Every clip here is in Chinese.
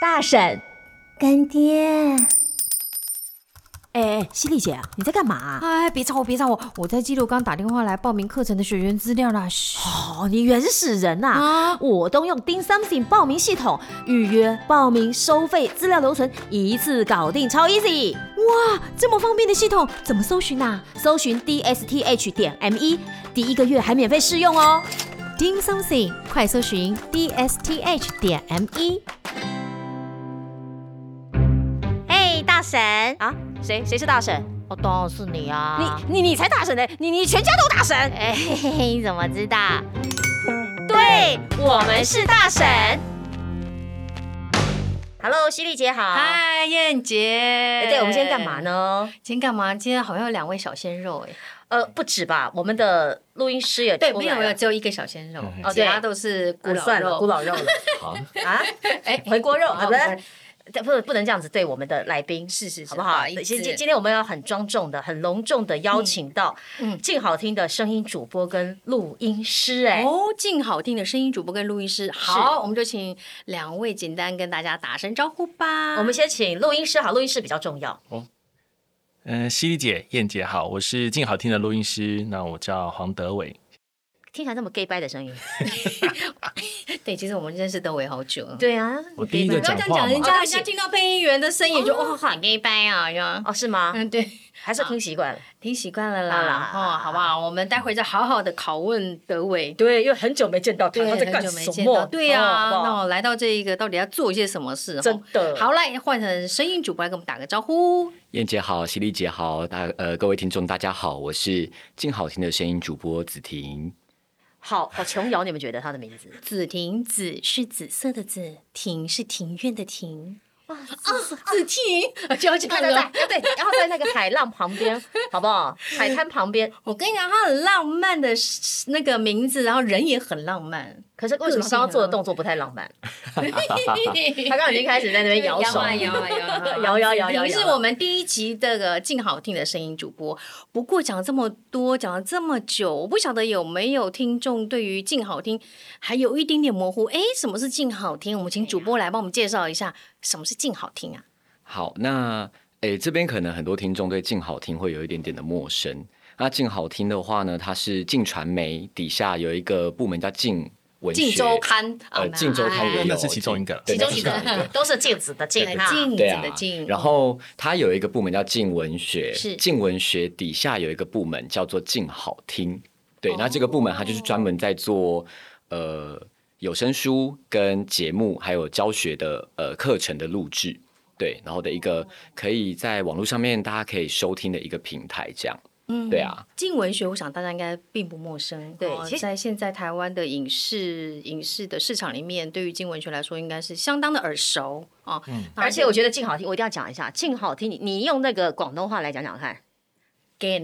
大婶， 干爹。 犀利姐，你在干嘛？ 别吵我，我在记录刚打电话来报名课程的学员资料啦。 你原始人呐！我都用 Ding Something 报名系统，预约、报名、收费、资料留存，一次搞定，超 easy！ 哇，这么方便的系统，怎么搜寻啊？ 搜寻 dsth.me， 第1个月还免费试用哦。 Ding Something， 快搜寻 dsth.me。 大婶啊，谁是大婶？ 当然是你啊！ 你才大婶呢！你全家都大婶！ 你怎么知道？ 对，我们是大婶。Hello， 犀利姐好。 嗨，燕姐。 对，我们今天干嘛呢？ 今天好像有2位小鲜肉不止吧？我们的录音师也出来了。 对，没有，只有1个小鲜肉，其他都是古老肉。 古老肉了。好啊，回锅肉，好的。不能这样子对我们的来宾，是，好不好？今天我们要很庄重的、很隆重的邀请到静好听的声音主播跟录音师。 静好听的声音主播跟录音师。好，我们就请2位简单跟大家打声招呼吧。 我们先请录音师，好，录音师比较重要。 犀利姐、燕姐好，我是静好听的录音师，那我叫黄德伟。 听起来这么 gay 掰的声音。 对，其实我们认识德伟好久了。 对啊， 我第一个讲话嘛， 人家听到配音员的声音就很 gay 掰啊， 是吗？ 对， 还是听习惯了， 听习惯了啦。好不好？我们待会再好好的拷问德伟。 对，因为很久没见到他，他在干什么？ 对啊，那我来到这一个到底要做一些什么事？ 真的。 好，来换成声音主播来跟我们打个招呼。 燕姐好，犀利姐好，各位听众大家好，我是静好听的声音主播子婷。 好琼瑶，你们觉得她的名字？ 子婷，紫是紫色的紫，庭是庭院的庭。子婷就要这样了， 对，然后在那个海浪旁边，好不好？海滩旁边， 我跟你讲，他很浪漫的那个名字，然后人也很浪漫。 可是为什么刚刚做的动作不太浪漫？他刚刚已经开始在那边摇手， 摇。你是我们第1集这个静好听的声音主播。不过讲了这么多，讲了这么久，我不晓得有没有听众对于静好听还有一点点模糊。什么是静好听？我们请主播来帮我们介绍一下什么是静好听啊。 好，那这边可能很多听众对静好听会有一点点的陌生。那静好听的话呢，它是静传媒底下有一个部门叫静文学， 静周刊， 静周刊也有， 那是其中一个， 其中一个都是镜子的镜， 镜子的镜。 然后它有一个部门叫静文学， 是静文学底下有一个部门叫做静好听。对，那这个部门它就是专门在做有声书跟节目还有教学的课程的录制，对，然后的一个可以在网络上面大家可以收听的一个平台，这样。对啊， 静文学，我想大家应该并不陌生。对，在现在台湾的影视的市场里面，对于静文学来说，应该是相当的耳熟啊。 而且我觉得静好听，我一定要讲一下，静好听，你用那个广东话来讲讲看。 是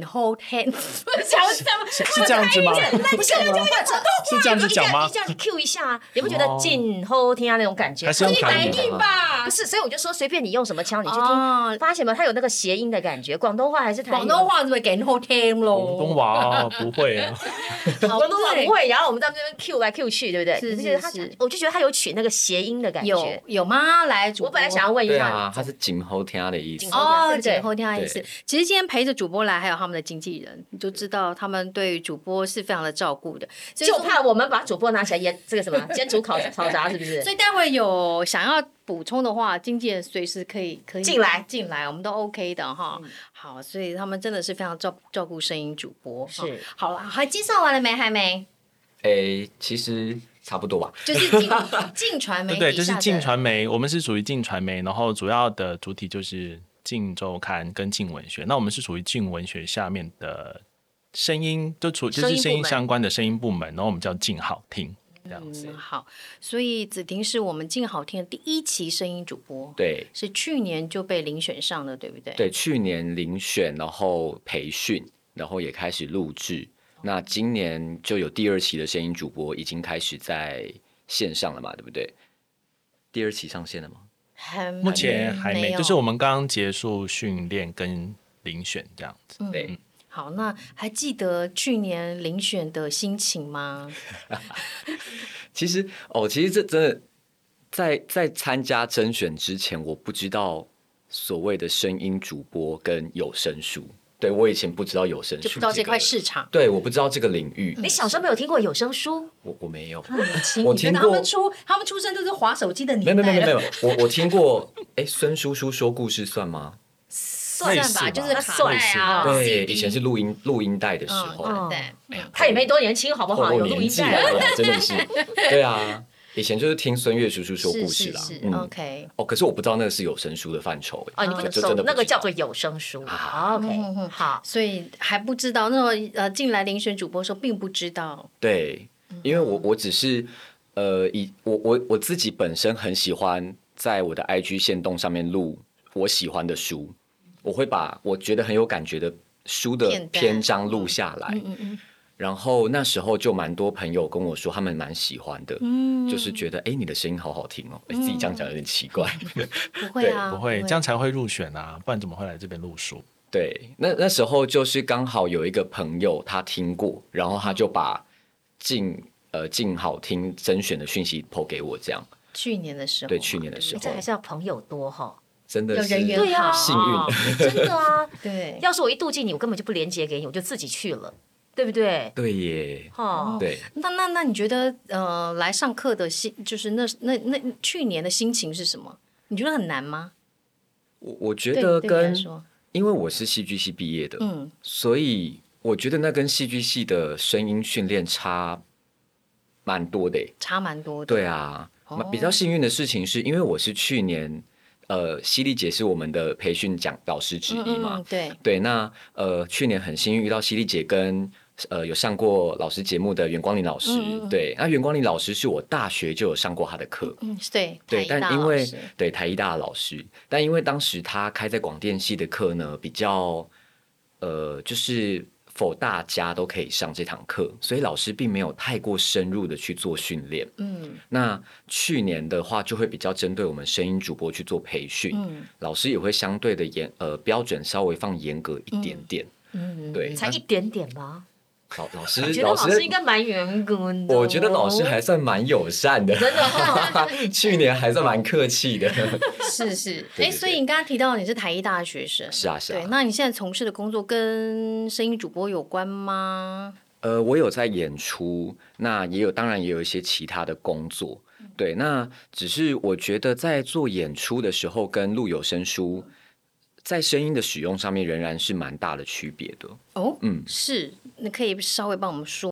这样子吗？ 不是， 是这样子讲吗？ 一定要 Q 一下啊！你不觉得静好听啊那种感觉？ 还是用台语吧？不是，所以我就说随便你用什么腔，你去听，发现吗？它有那个谐音的感觉。广东话还是台语？ 广东话是不是更好听咯？ 广东话不会啊， 广东话不会。然后我们在这边 Q 来 Q 去，对不对？ 是。 我就觉得它有取那个谐音的感觉。 有吗？来，我本来想要问一下，它是静好听的意思。 静好听的意思。其实今天陪着主播来，还有他们的经纪人，你就知道他们对主播是非常的照顾的， 就怕我们把主播拿起来腌这个什么煎煮烤炸，是不是？ 所以待会有想要补充的话，经纪人随时可以进来，我们都 OK 的哈。好，所以他们真的是非常照顾声音主播。 是， 好了，还介绍完了没？还没？ 其实差不多吧， 就是静传媒对，就是静传媒，我们是属于静传媒，然后主要的主体就是静周刊跟静文学，那我们是属于静文学下面的声音，就是声音相关的声音部门，然后我们叫静好听这样子。 好，所以子婷是我们静好听的第1期声音主播， 对， 是去年就被遴选上的，对不对？ 对，去年遴选，然后培训，然后也开始录制。那今年就有第2期的声音主播已经开始在线上了嘛，对不对？第2期上线了吗？ 目前还没，就是我们刚刚结束训练跟遴选这样子。 对， 好，那还记得去年遴选的心情吗？ 其实这真的在参加甄选之前，我不知道所谓的声音主播跟有声书。对，我以前不知道有声书， 就不知道这块市场。 对，我不知道这个领域。 你小时候没有听过有声书？ 我没有。 我听过他们出生都是滑手机的年代。 没有，我听过。孙叔叔说故事算吗？ 算吧，就是算啊。 对，以前是录音带的时候。 他也没多年轻，好不好？有录音带， 真的是。对啊。以前就是听孙越叔叔说故事啦。 OK。 可是我不知道那个是有声书的范畴。 你不知道那个叫做有声书。OK， 好， 所以还不知道。那时候进来遴选主播的时候，并不知道。 对，因为我只是我自己本身很喜欢在我的 IG 限动上面录我喜欢的书，我会把我觉得很有感觉的书的篇章录下来。然后那时候就蛮多朋友跟我说，他们蛮喜欢的，就是觉得你的声音好好听哦。自己这样讲有点奇怪。 不会啊， 不会，这样才会入选啊，不然怎么会来这边录书？ 对，那时候就是刚好有一个朋友他听过，然后他就把静好听甄选的讯息 po 给我，这样。 去年的时候， 对，去年的时候， 这还是要朋友多哈。 真的是有人缘好， 幸运， 真的啊。 对， 要是我一妒忌你，我根本就不连结给你，我就自己去了。对不对？ 对耶，对。 那你觉得来上课的就是那去年的心情是什么？你觉得很难吗？ 我觉得因为我是戏剧系毕业的，所以我觉得那跟戏剧系的声音训练差蛮多的。 差蛮多的。 对啊，比较幸运的事情是因为我是去年。犀利姐是我们的培训老师之一嘛？对，那去年很幸运遇到犀利姐跟有上过老师节目的袁光林老师。对，那袁光林老师是我大学就有上过他的课。 对， 但因为台艺大的老师，但因为当时他开在广电系的课呢，比较就是否大家都可以上这堂课，所以老师并没有太过深入的去做训练。那去年的话就会比较针对我们声音主播去做培训，老师也会相对的标准稍微放严格一点点。对， 才一点点吗？ 老师应该蛮严格的。 我觉得老师还算蛮友善的， 真的。 去年还算蛮客气的。 是。所以你刚刚提到你是台艺大的学生， 是啊。 对，那你现在从事的工作跟声音主播有关吗？ 我有在演出，那当然也有一些其他的工作。对，那只是我觉得在做演出的时候跟录有声书。在声音的使用上面仍然是蛮大的区别的。 是，你可以稍微帮我们说。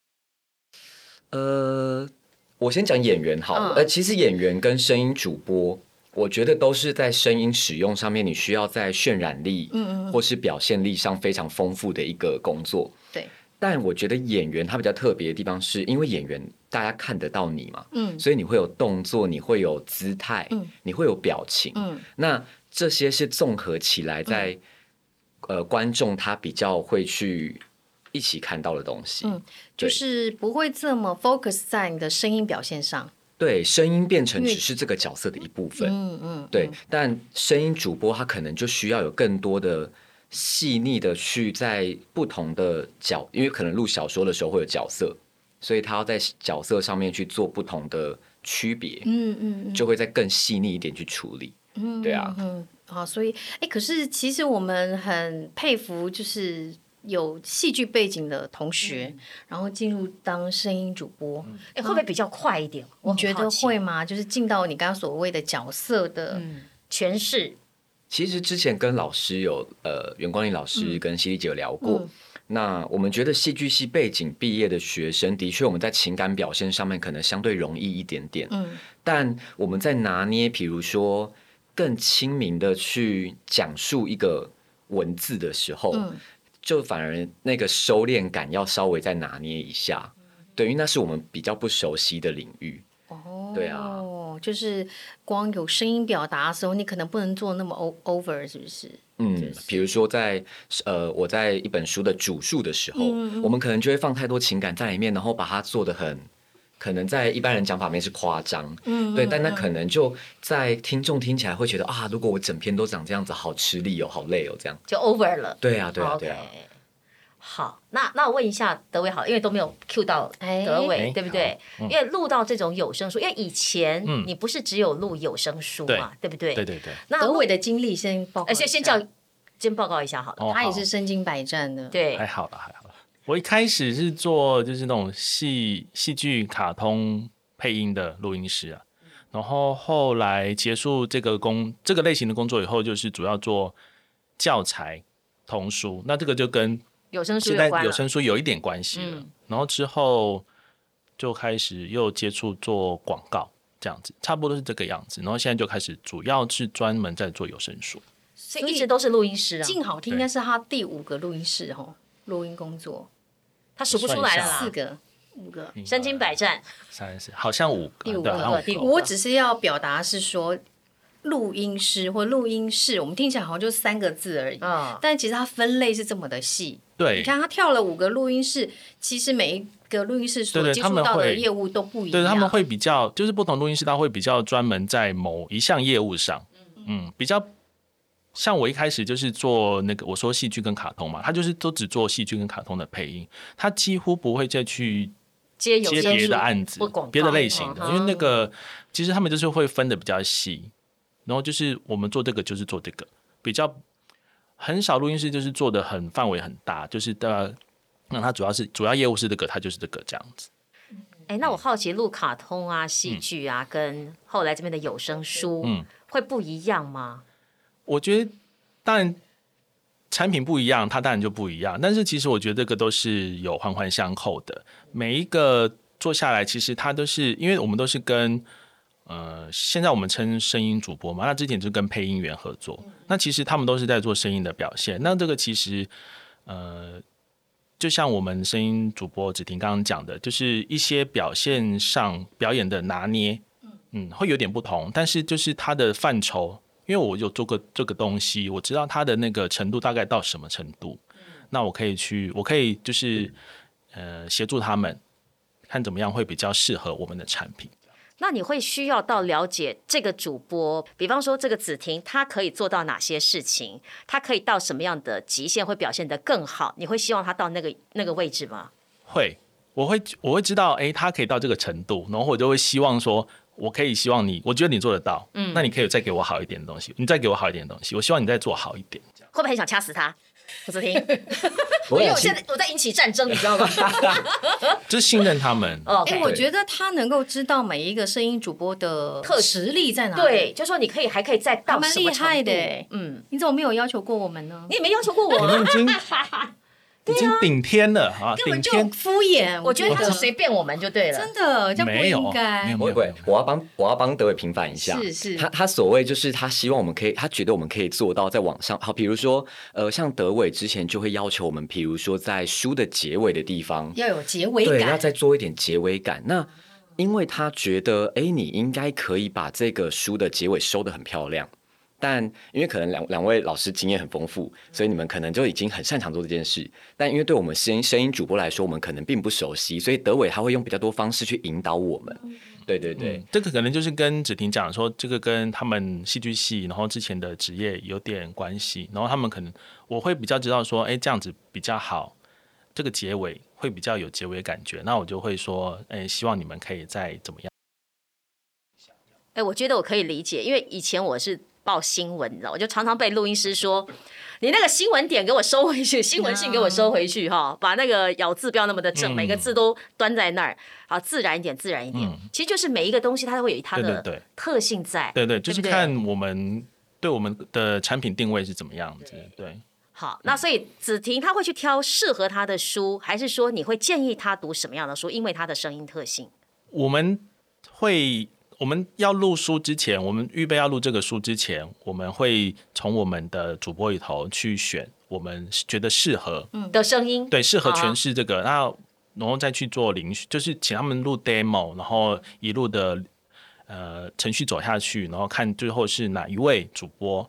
我先讲演员好了。其实演员跟声音主播，我觉得都是在声音使用上面，你需要在渲染力，或是表现力上非常丰富的一个工作。 对。 但我觉得演员他比较特别的地方，是因为演员大家看得到你嘛，所以你会有动作，你会有姿态，你会有表情，那这些是综合起来在观众他比较会去一起看到的东西， 就是不会这么 focus 在你的声音表现上。 对，声音变成只是这个角色的一部分，对，但声音主播他可能就需要有更多的细腻的去在不同的因为可能录小说的时候会有角色，所以他要在角色上面去做不同的区别，就会再更细腻一点去处理。对啊， 所以可是其实我们很佩服，就是有戏剧背景的同学，然后进入当声音主播， 会不会比较快一点？ 我觉得会吗？就是进到你刚刚所谓的角色的诠释。 其实之前跟老师有袁光林老师跟犀利姐有聊过，那我们觉得戏剧系背景毕业的学生，的确我们在情感表现上面可能相对容易一点点，但我们在拿捏，比如说更亲民的去讲述一个文字的时候，就反而那个收敛感要稍微再拿捏一下，对，因为那是我们比较不熟悉的领域。对啊， 就是光有声音表达的时候，你可能不能做那么 over， 是不是？ 比如说我在一本书的主述的时候，我们可能就会放太多情感在里面，然后把它做得很，可能在一般人讲法面是夸张，对，但那可能就在听众听起来会觉得如果我整篇都长这样子，好吃力哦，好累哦，这样就 over 了。 对啊。 好，那我问一下德伟好，因为都没有 cue 到德伟，对不对？因为录到这种有声书，因为以前你不是只有录有声书嘛，对不对？ 对对对。 那德伟的经历先报告， 先报告一下好了。 他也是身经百战的， 对， 还好了。我一开始是做就是那种戏剧、卡通配音的录音师啊，然后后来结束这个类型的工作以后，就是主要做教材、童书，那这个就跟有声书现在有声书有一点关系了。然后之后就开始又接触做广告，这样子差不多是这个样子。然后现在就开始主要是专门在做有声书， 所以一直都是录音师啊。 静好听应该是他第5个录音室录音工作， 他数不出来了啦 ，4个、5个， 身经百战。 好像5个， 第5个。我只是要表达是说，录音师或录音室，我们听起来好像就3个字而已，但其实它分类是这么的细。 对， 你看他跳了5个录音室，其实每一个录音室所接触到的业务都不一样。 对，他们会比较，就是不同录音室他会比较专门在某一项业务上，比较像我一开始就是做那个我说戏剧跟卡通嘛，他就是都只做戏剧跟卡通的配音，他几乎不会再去接别的案子、别的类型的，因为那个其实他们就是会分的比较细，然后就是我们做这个就是做这个，比较很少录音室就是做的很范围很大，就是那他主要业务是这个，他就是这个这样子。 那我好奇录卡通啊、戏剧啊，跟后来这边的有声书，会不一样吗？ 我觉得当然产品不一样，它当然就不一样。但是其实我觉得这个都是有环环相扣的。每一个做下来，其实它都是因为我们都是跟现在我们称声音主播嘛，那之前就跟配音员合作。那其实他们都是在做声音的表现。那这个其实就像我们声音主播芷婷刚刚讲的，就是一些表现上表演的拿捏，会有点不同。但是就是它的范畴。因为我有做过这个东西，我知道它的那个程度大概到什么程度，那我可以就是协助他们看怎么样会比较适合我们的产品。 那你会需要到了解这个主播，比方说这个芷婷，他可以做到哪些事情，他可以到什么样的极限会表现得更好？你会希望他到那个位置吗？ 会，我会知道，他可以到这个程度，然后我就会希望说。我可以希望你，我觉得你做得到，那你可以再给我好一点的东西，你再给我好一点的东西，我希望你再做好一点。 会不会很想掐死他？芷婷，因为我在引起战争，你知道吗？ 就是信任他们。 我觉得他能够知道每一个声音主播的实力在哪里。 对，就说你还可以再到什么程度？ 蛮厉害的。你怎么没有要求过我们呢？ 你也没要求过我， 我们已经顶天了啊！ 根本就敷衍。 我觉得他是随便我们就对了， 真的，这样不应该。 不会，我要帮德伟平反一下。 是他所谓就是他希望我们可以，他觉得我们可以做到在网上。好，比如说像德伟之前就会要求我们，比如说在书的结尾的地方要有结尾感， 对，要再做一点结尾感。那因为他觉得，你应该可以把这个书的结尾收得很漂亮。但因为可能两位老师经验很丰富，所以你们可能就已经很擅长做这件事。但因为对我们声音主播来说，我们可能并不熟悉，所以德伟他会用比较多方式去引导我们。对对对， 这个可能就是跟芷婷讲说，这个跟他们戏剧系，然后之前的职业有点关系。然后他们可能我会比较知道说，这样子比较好，这个结尾会比较有结尾感觉。那我就会说，希望你们可以再怎么样。 我觉得我可以理解，因为以前我是报新闻，我就常常被录音师说，你那个新闻点给我收回去，新闻性给我收回去哈，把那个咬字不要那么的正，每个字都端在那儿，好自然一点，自然一点。其实就是每一个东西它都会有它的特性在， 对，就是看我们对我们的产品定位是怎么样子，对。 好，那所以芷婷她会去挑适合她的书，还是说你会建议她读什么样的书？因为她的声音特性， 我们要录书之前，我们预备要录这个书之前，我们会从我们的主播里头去选我们觉得适合的声音， 对，适合诠释这个，然后再去做遴选，就是请他们录 demo， 然后一路的程序走下去，然后看最后是哪一位主播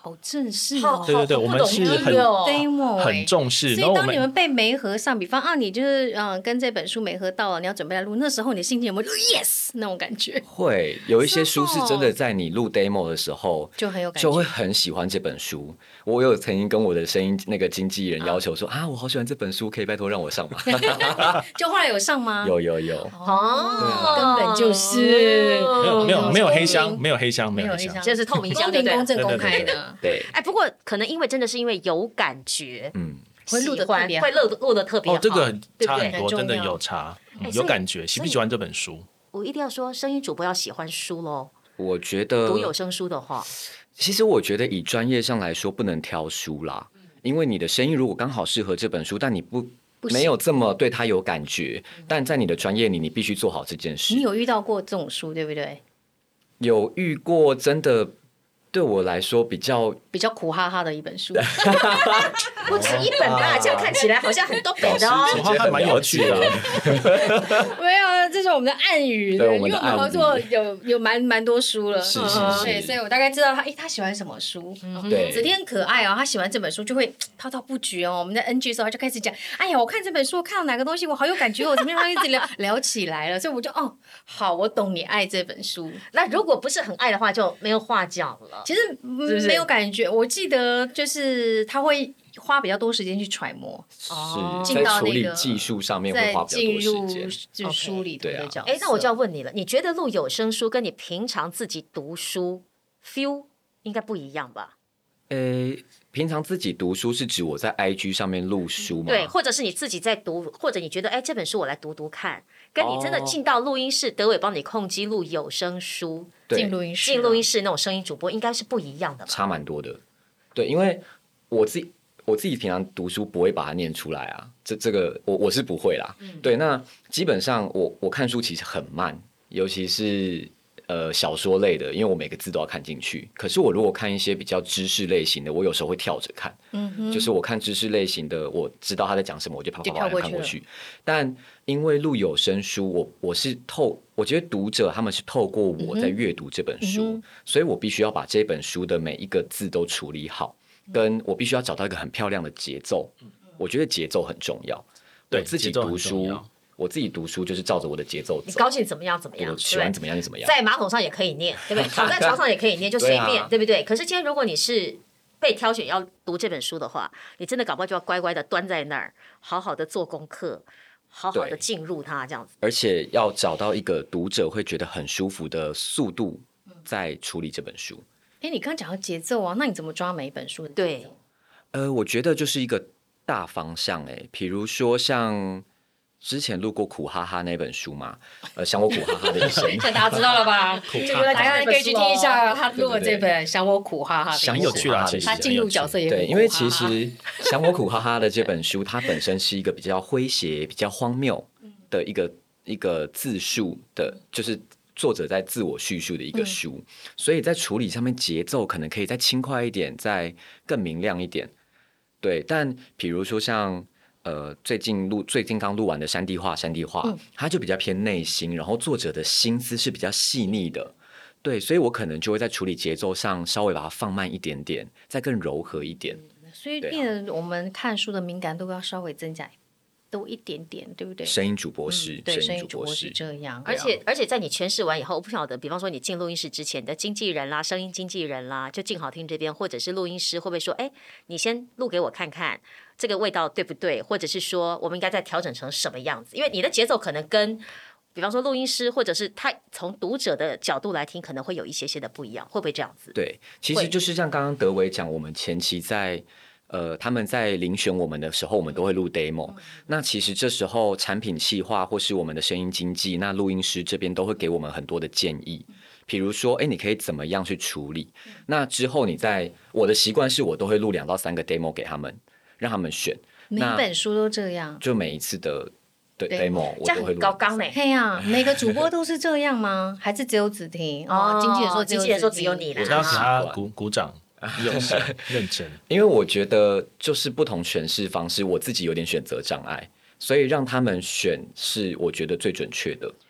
好正式哦， 对，我们是很 demo 很重视。 所以当你们被媒合上，比方你就是跟这本书媒合到了，你要准备来录，那时候你心情有没有 yes 那种感觉？ 会有一些书是真的在你录 demo 的时候就很有感觉， 就会很喜欢这本书。我有曾经跟我的声音那个经纪人要求说我好喜欢这本书，可以拜托让我上吗？ 就后来有上吗？ 有根本就是没有黑箱，没有黑箱， 这是透明箱， 公平公正公开的。 对， 不过可能因为真的是因为有感觉， 会录的特别好， 会录的特别好。 这个差很多， 对真的有差，有感觉。喜不喜欢这本书？ 我一定要说，声音主播要喜欢书咯。 我觉得读有声书的话， 其实我觉得以专业上来说，不能挑书啦，因为你的声音如果刚好适合这本书，但你没有这么对它有感觉，但在你的专业里，你必须做好这件事。 你有遇到过这种书，对不对？ 有遇过，真的对我来说比较苦哈哈的一本书， 不止一本吧？这样看起来好像很多本的哦， 还蛮有趣的。 没有，这是我们的暗语，因为我们合作有蛮多书了， 是， 对，所以我大概知道他喜欢什么书。 对， 子天很可爱哦，他喜欢这本书就会滔滔不绝哦。我们在 NG 的时候他就开始讲，哎呀，我看这本书看到哪个东西我好有感觉哦，怎么样，一直聊起来了，所以我就好，我懂你爱这本书。 那如果不是很爱的话，就没有话讲了。 其实没有感觉，我记得就是他会花比较多时间去揣摩， 在处理技术上面会花比较多时间， 就书里头的角色。 那我就要问你了，你觉得录有声书跟你平常自己读书 feel 应该不一样吧？ 平常自己读书是指我在 IG 上面录书吗？ 对，或者是你自己在读，或者你觉得这本书我来读读看，跟你真的进到录音室，德伟帮你控机录有声书， 进录音室那种声音主播应该是不一样的吧？ 差蛮多的。对，因为我自己平常读书不会把它念出来啊，这个我是不会啦。对，那基本上我看书其实很慢，尤其是小说类的，因为我每个字都要看进去。可是我如果看一些比较知识类型的，我有时候会跳着看。就是我看知识类型的，我知道他在讲什么，我就啪看过去。但因为录有声书，我觉得读者他们是透过我在阅读这本书，所以我必须要把这本书的每一个字都处理好，跟我必须要找到一个很漂亮的节奏。我觉得节奏很重要。 对， 我自己读书就是照着我的节奏走， 你高兴怎么样怎么样， 我喜欢怎么样就怎么样， 在马桶上也可以念，对不对？躺在床上也可以念，就随便，对不对？可是今天如果你是被挑选要读这本书的话，你真的搞不好就要乖乖的端在那儿，好好的做功课，好好的进入它，这样子。 而且要找到一个读者会觉得很舒服的速度，在处理这本书。 你刚刚讲到节奏啊，那你怎么抓每一本书的节奏？ 对， 我觉得就是一个大方向，比如说像之前录过苦哈哈那本书嘛，想我苦哈哈的一生， 大家知道了吧？大家可以去听一下他录的这本《想我苦哈哈》， 很有趣啦，其实他进入角色也很对，因为其实想我苦哈哈的这本书，它本身是一个比较诙谐、比较荒谬的一个自述的，就是作者在自我叙述的一个书，所以在处理上面节奏可能可以再轻快一点，再更明亮一点。对，但比如说像最近刚录完的山地话，它就比较偏内心，然后作者的心思是比较细腻的，对，所以我可能就会在处理节奏上稍微把它放慢一点点，再更柔和一点。 所以变得我们看书的敏感度要稍微增加多一点点，对不对？ 声音主播是， 对，声音主播是这样。 而且在你诠释完以后，我不晓得，比方说你进录音室之前，你的经纪人啦、声音经纪人啦，就静好听这边，或者是录音师，会不会说，你先录给我看看这个味道对不对？或者是说，我们应该再调整成什么样子？因为你的节奏可能跟，比方说录音师，或者是他从读者的角度来听，可能会有一些的不一样，会不会这样子？ 对，其实就是像刚刚德伟讲，我们前期在。他们在遴选我们的时候，我们都会录 demo。那其实这时候产品企划或是我们的声音经纪，那录音师这边都会给我们很多的建议。比如说，你可以怎么样去处理？那之后我的习惯是我都会录2到3个 demo 给他们，让他们选。 每本书都这样， 就每一次的demo 我都会录。 高纲呢？ 嘿呀，每个主播都是这样吗？还是只有子婷？经纪人说只有你啦。 我要给他鼓掌。认真， 因为我觉得就是不同诠释方式，我自己有点选择障碍，所以让他们选是我觉得最准确的。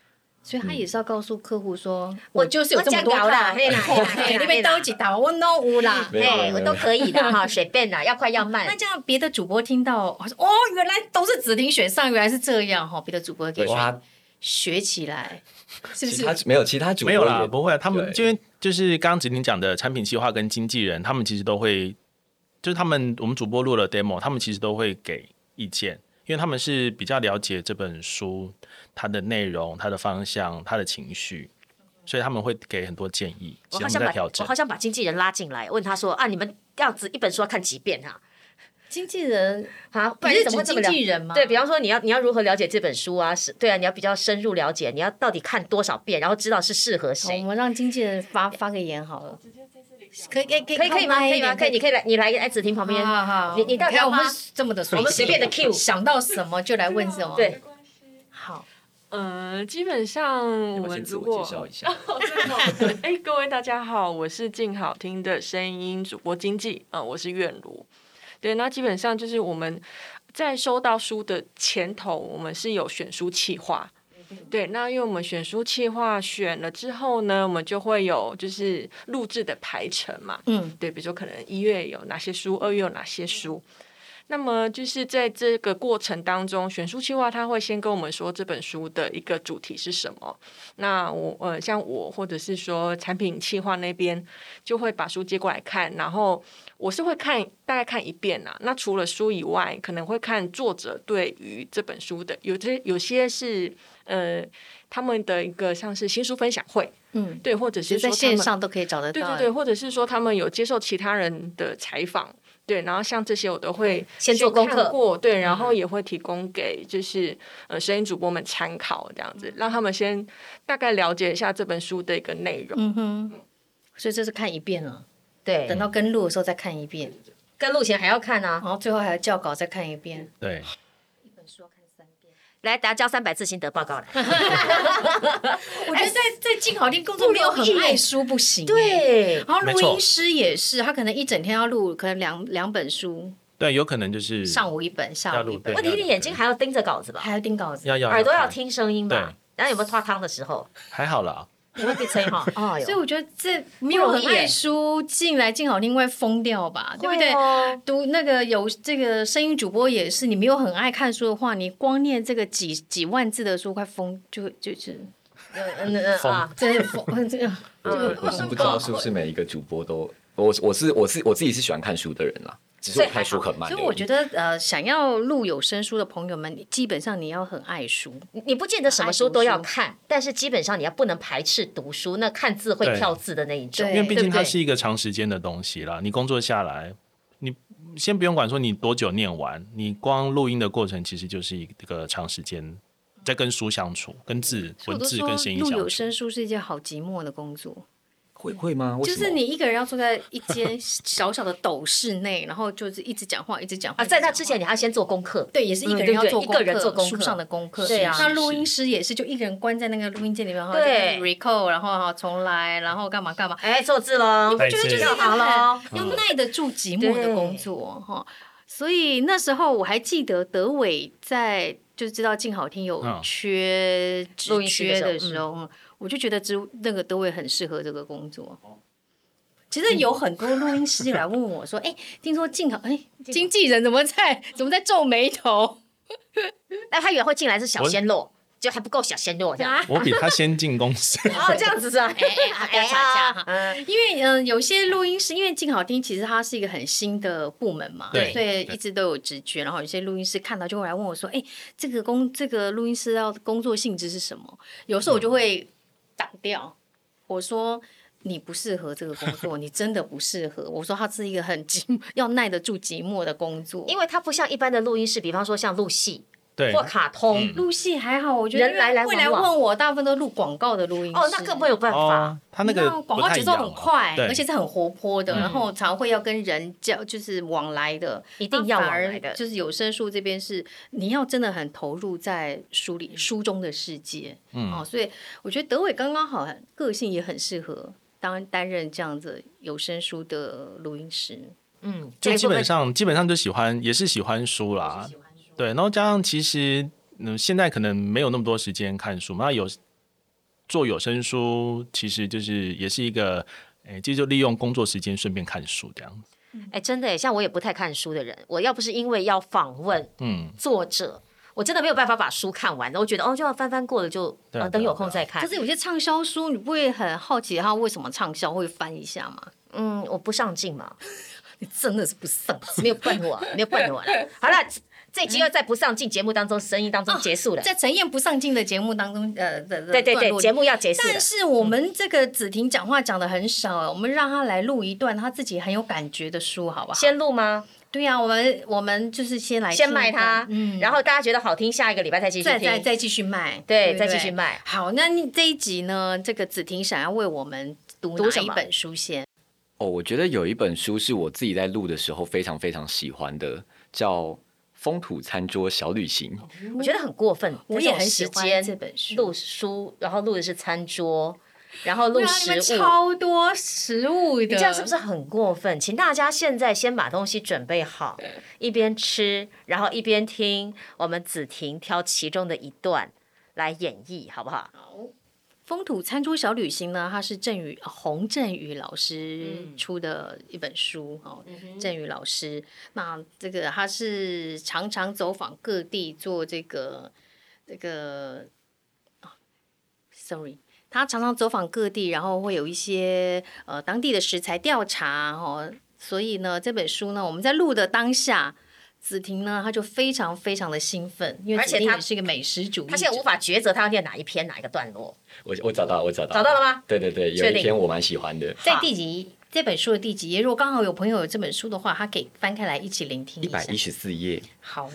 所以他也是要告诉客户说，我就是有这么多啦， 那边都几道我都有啦， 我都可以的哈，随便啦，要快要慢。 那这样别的主播听到，哦，原来都是指定选上，原来是这样哈，别的主播可以学起来，是不是？ 其他主播没有啦，不会，他们就是刚刚子婷讲的产品企划跟经纪人，他们其实都会，就是我们主播录了 demo， 他们其实都会给意见。因为他们是比较了解这本书它的内容、它的方向、它的情绪，所以他们会给很多建议。 我好想把经纪人拉进来，问他说啊，你们一本书要看几遍啊？ 经纪人啊，不然你怎么会这么经纪人吗？ 对，比方说你要如何了解这本书啊？对啊，你要比较深入了解，你要到底看多少遍，然后知道是适合谁。 我们让经纪人发个言好了。可以吗？可以，你来子婷旁边。 好， 你到底我们这么的随性， 我们随便的 Q， 想到什么就来问什么。 对， 好。 基本上我们如果先自我介绍一下。 各位大家好，我是静好听的声音主播经纪，我是苑如。对，那基本上就是我们在收到书的前头，我们是有选书企划。对，那因为我们选书企划选了之后呢，我们就会有就是录制的排程嘛。对，比如说可能1月有哪些书，2月有哪些书。那么就是在这个过程当中，选书企划他会先跟我们说这本书的一个主题是什么。那像我或者是说产品企划那边就会把书接过来看，然后我是会大概看一遍啊。那除了书以外，可能会看作者对于这本书的有些是他们的一个像是新书分享会，对，或者是说在线上都可以找得到， 对，或者是说他们有接受其他人的采访。对，然后像这些我都会先做功课过，对，然后也会提供给就是声音主播们参考，这样子让他们先大概了解一下这本书的一个内容。 所以这是看一遍了， 对， 等到跟录的时候再看一遍， 跟录前还要看啊， 然后最后还要校稿再看一遍。 对， 一本书要看3遍。 来，大家交300字心得报告来。 我觉得在静好听工作没有很爱书不行。 对， 然后录音师也是，他可能一整天要录，可能两本书。 对，有可能就是上午一本，下午一本。 问题你眼睛还要盯着稿子吧？ 还要盯稿子， 耳朵要听声音吧？然后有没有拖汤的时候？ 还好啦。 你会被催哈， 所以我觉得这没有很爱书进来静好听会疯掉吧，对不对？读那个有这个声音主播也是，你没有很爱看书的话，你光念这个几万字的书，快疯就是真的疯这个。 我是不知道是不是每一个主播都，我自己是喜欢看书的人啦。只是我看书很慢， 所以我觉得想要录有声书的朋友们，基本上你要很爱书， 你不见得什么书都要看，但是基本上你要不能排斥读书，那看字会跳字的那一种， 因为毕竟它是一个长时间的东西啦。你工作下来，你先不用管说你多久念完，你光录音的过程其实就是一个长时间在跟书相处，跟文字跟声音相处。 录有声书是一件好寂寞的工作。 会吗？ 就是你一个人要坐在一间小小的斗室内，然后就是一直讲话，一直讲话。 在那之前你还要先做功课， 对，也是一个人要做一个人做功课， 书上的功课。 对啊， 那录音师也是，就一个人关在那个录音间里面，然后对 record， 然后重来，然后干嘛干嘛。 错字喽， 你不觉得就是好了，要耐得住寂寞的工作哈？所以那时候我还记得德伟在就知道静好听有缺的时候，我就觉得那个德伟很适合这个工作。其实有很多录音师来问我说：“听说经纪人怎么在皱眉头？” 那他以为会进来是小鲜肉，就还不够小鲜肉这样。 我比他先进公司。 这样子是吧？ 因为有些录音师，因为静好听其实它是一个很新的部门嘛，所以一直都有直觉。然后有些录音师看到就会来问我说：“这个录音师要工作性质是什么？”有时候我就会挡掉，我说。你不适合这个工作，你真的不适合。我说它是一个很要耐得住寂寞的工作， 因为它不像一般的录音室，比方说像录戏。或卡通录戏还好，我觉得人来会来问我，大部分都录广告的录音师。 那更没有办法。 他那个广告节奏很快，而且是很活泼的，然后常会要跟人就是往来的， 一定要往来的。 就是有声书这边是你要真的很投入在书中的世界，所以我觉得德伟刚刚好，个性也很适合担任这样子有声书的录音师。 就基本上就也是喜欢书啦。对，然后加上其实现在可能没有那么多时间看书嘛， 做有声书，其实就是也是一个，就利用工作时间顺便看书这样子。 真的耶，像我也不太看书的人，我要不是因为要访问作者，我真的没有办法把书看完的。我觉得就要翻过了就等有空再看。 可是有些畅销书，你不会很好奇它为什么畅销，会翻一下吗？ 我不上进嘛。 你真的是不上进， 没有笨我。好了，这一集又在不上进节目当中、声音当中结束了。 在陈燕不上进的节目当中， 对，节目要结束了。 但是我们这个子婷讲话讲的很少，我们让她来录一段她自己很有感觉的书，好不好？ 先录吗？ 对呀，我们就是先卖它，然后大家觉得好听，下一个礼拜再继续听， 再继续卖， 对，再继续卖。 好，那这一集呢，这个子婷想要为我们读哪一本书先？ 我觉得有一本书是我自己在录的时候非常非常喜欢的，叫《风土餐桌小旅行》。 我觉得很过分， 我也很喜欢这本书。 录书，然后录的是餐桌，然后录食物， 超多食物的， 你这样是不是很过分？请大家现在先把东西准备好，一边吃，然后一边听我们子婷挑其中的一段来演绎，好不好？ 好。风土餐桌小旅行呢，它是洪振宇老师出的一本书振宇老师，那这个他是常常走访各地做sorry， 他常常走访各地，然后会有一些当地的食材调查所以呢，这本书呢，我们在录的当下。子婷呢，他就非常非常的兴奋，因为子婷也是一个美食主义者， 他现在无法抉择他要念哪一篇哪一个段落。 我找到了吗？ 对，有一篇我蛮喜欢的。 在这本书的第几页？如果刚好有朋友有这本书的话，他可以翻开来一起聆听一下。 114页。 好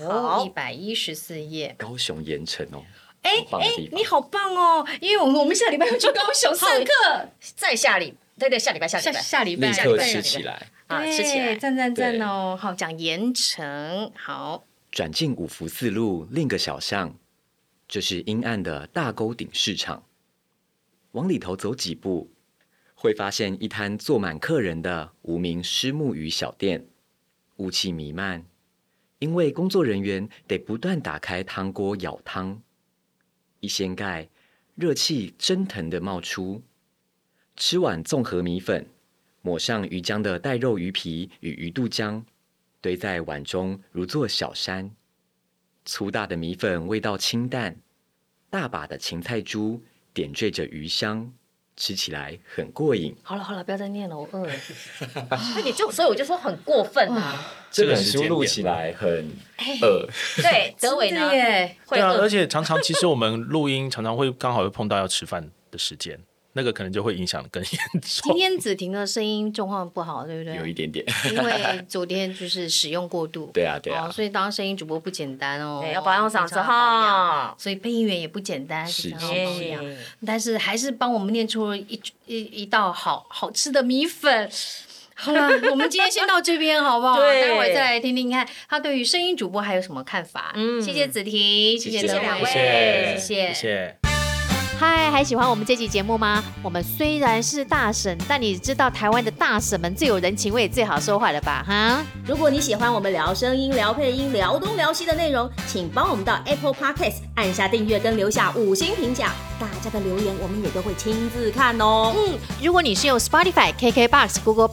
，114页。 高雄盐城你好棒哦！因为我们下礼拜要去高雄上课， 再下礼拜下礼拜立刻吃起来。 吃起来， 赞哦！好，讲盐城，好。 转进五福四路另个小巷，这是阴暗的大沟顶市场。往里头走几步，会发现一摊坐满客人的无名虱目鱼小店，雾气弥漫，因为工作人员得不断打开汤锅舀汤，一掀盖，热气蒸腾的冒出。吃碗综合米粉。抹上鱼浆的带肉鱼皮与鱼肚浆，堆在碗中如座小山。粗大的米粉味道清淡，大把的芹菜珠点缀着鱼香，吃起来很过瘾。 好了，不要再念了，我饿了。 所以我就说很过分啊！ 这本书录起来很饿。 对，德伟呢？ 对啊，而且常常其实我们录音常常会刚好会碰到要吃饭的时间。那个可能就会影响更严重。 今天子婷的声音状况不好，对不对？ 有一点点， 因为昨天就是使用过度。 对啊， 所以当声音主播不简单哦， 要保养嗓子哈。 所以配音员也不简单， 是保养。但是还是帮我们念出了一道好吃的米粉。好了，我们今天先到这边好不好？待会再来听听看他对于声音主播还有什么看法。谢谢子婷，谢谢两位，谢谢。 嗨，还喜欢我们这期节目吗？我们虽然是大婶，但你知道台湾的大婶们最有人情味、最好说话了吧？哈！ 如果你喜欢我们聊声音、聊配音、聊东聊西的内容，请帮我们到 Apple Podcast 按下订阅跟留下5星评价，大家的留言我们也都会亲自看哦。 如果你是用 Spotify、KKBox、Google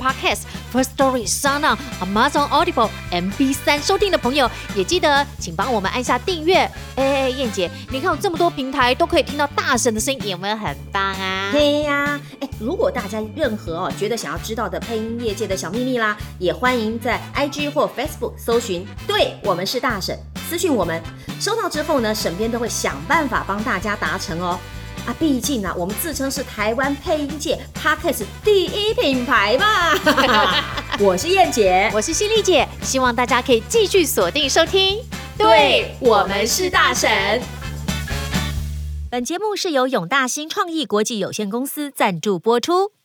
Podcast、Firstory、SoundOn、Amazon Audible、MB3 收听的朋友，也记得请帮我们按下订阅。燕姐，你看有这么多平台都可以听到大婶的声音，有没有很棒啊？ 对呀，如果大家任何觉得想要知道的配音业界的小秘密啦，也欢迎在 IG 或 Facebook 搜寻，对我们是大婶，私讯我们，收到之后呢，沈编都会想办法帮大家达成哦。毕竟我们自称是台湾配音界 Podcast 第一品牌嘛。我是燕姐， 我是犀利姐，希望大家可以继续锁定收听。 对，我们是大婶。 本节目是由永大新创意国际有限公司赞助播出。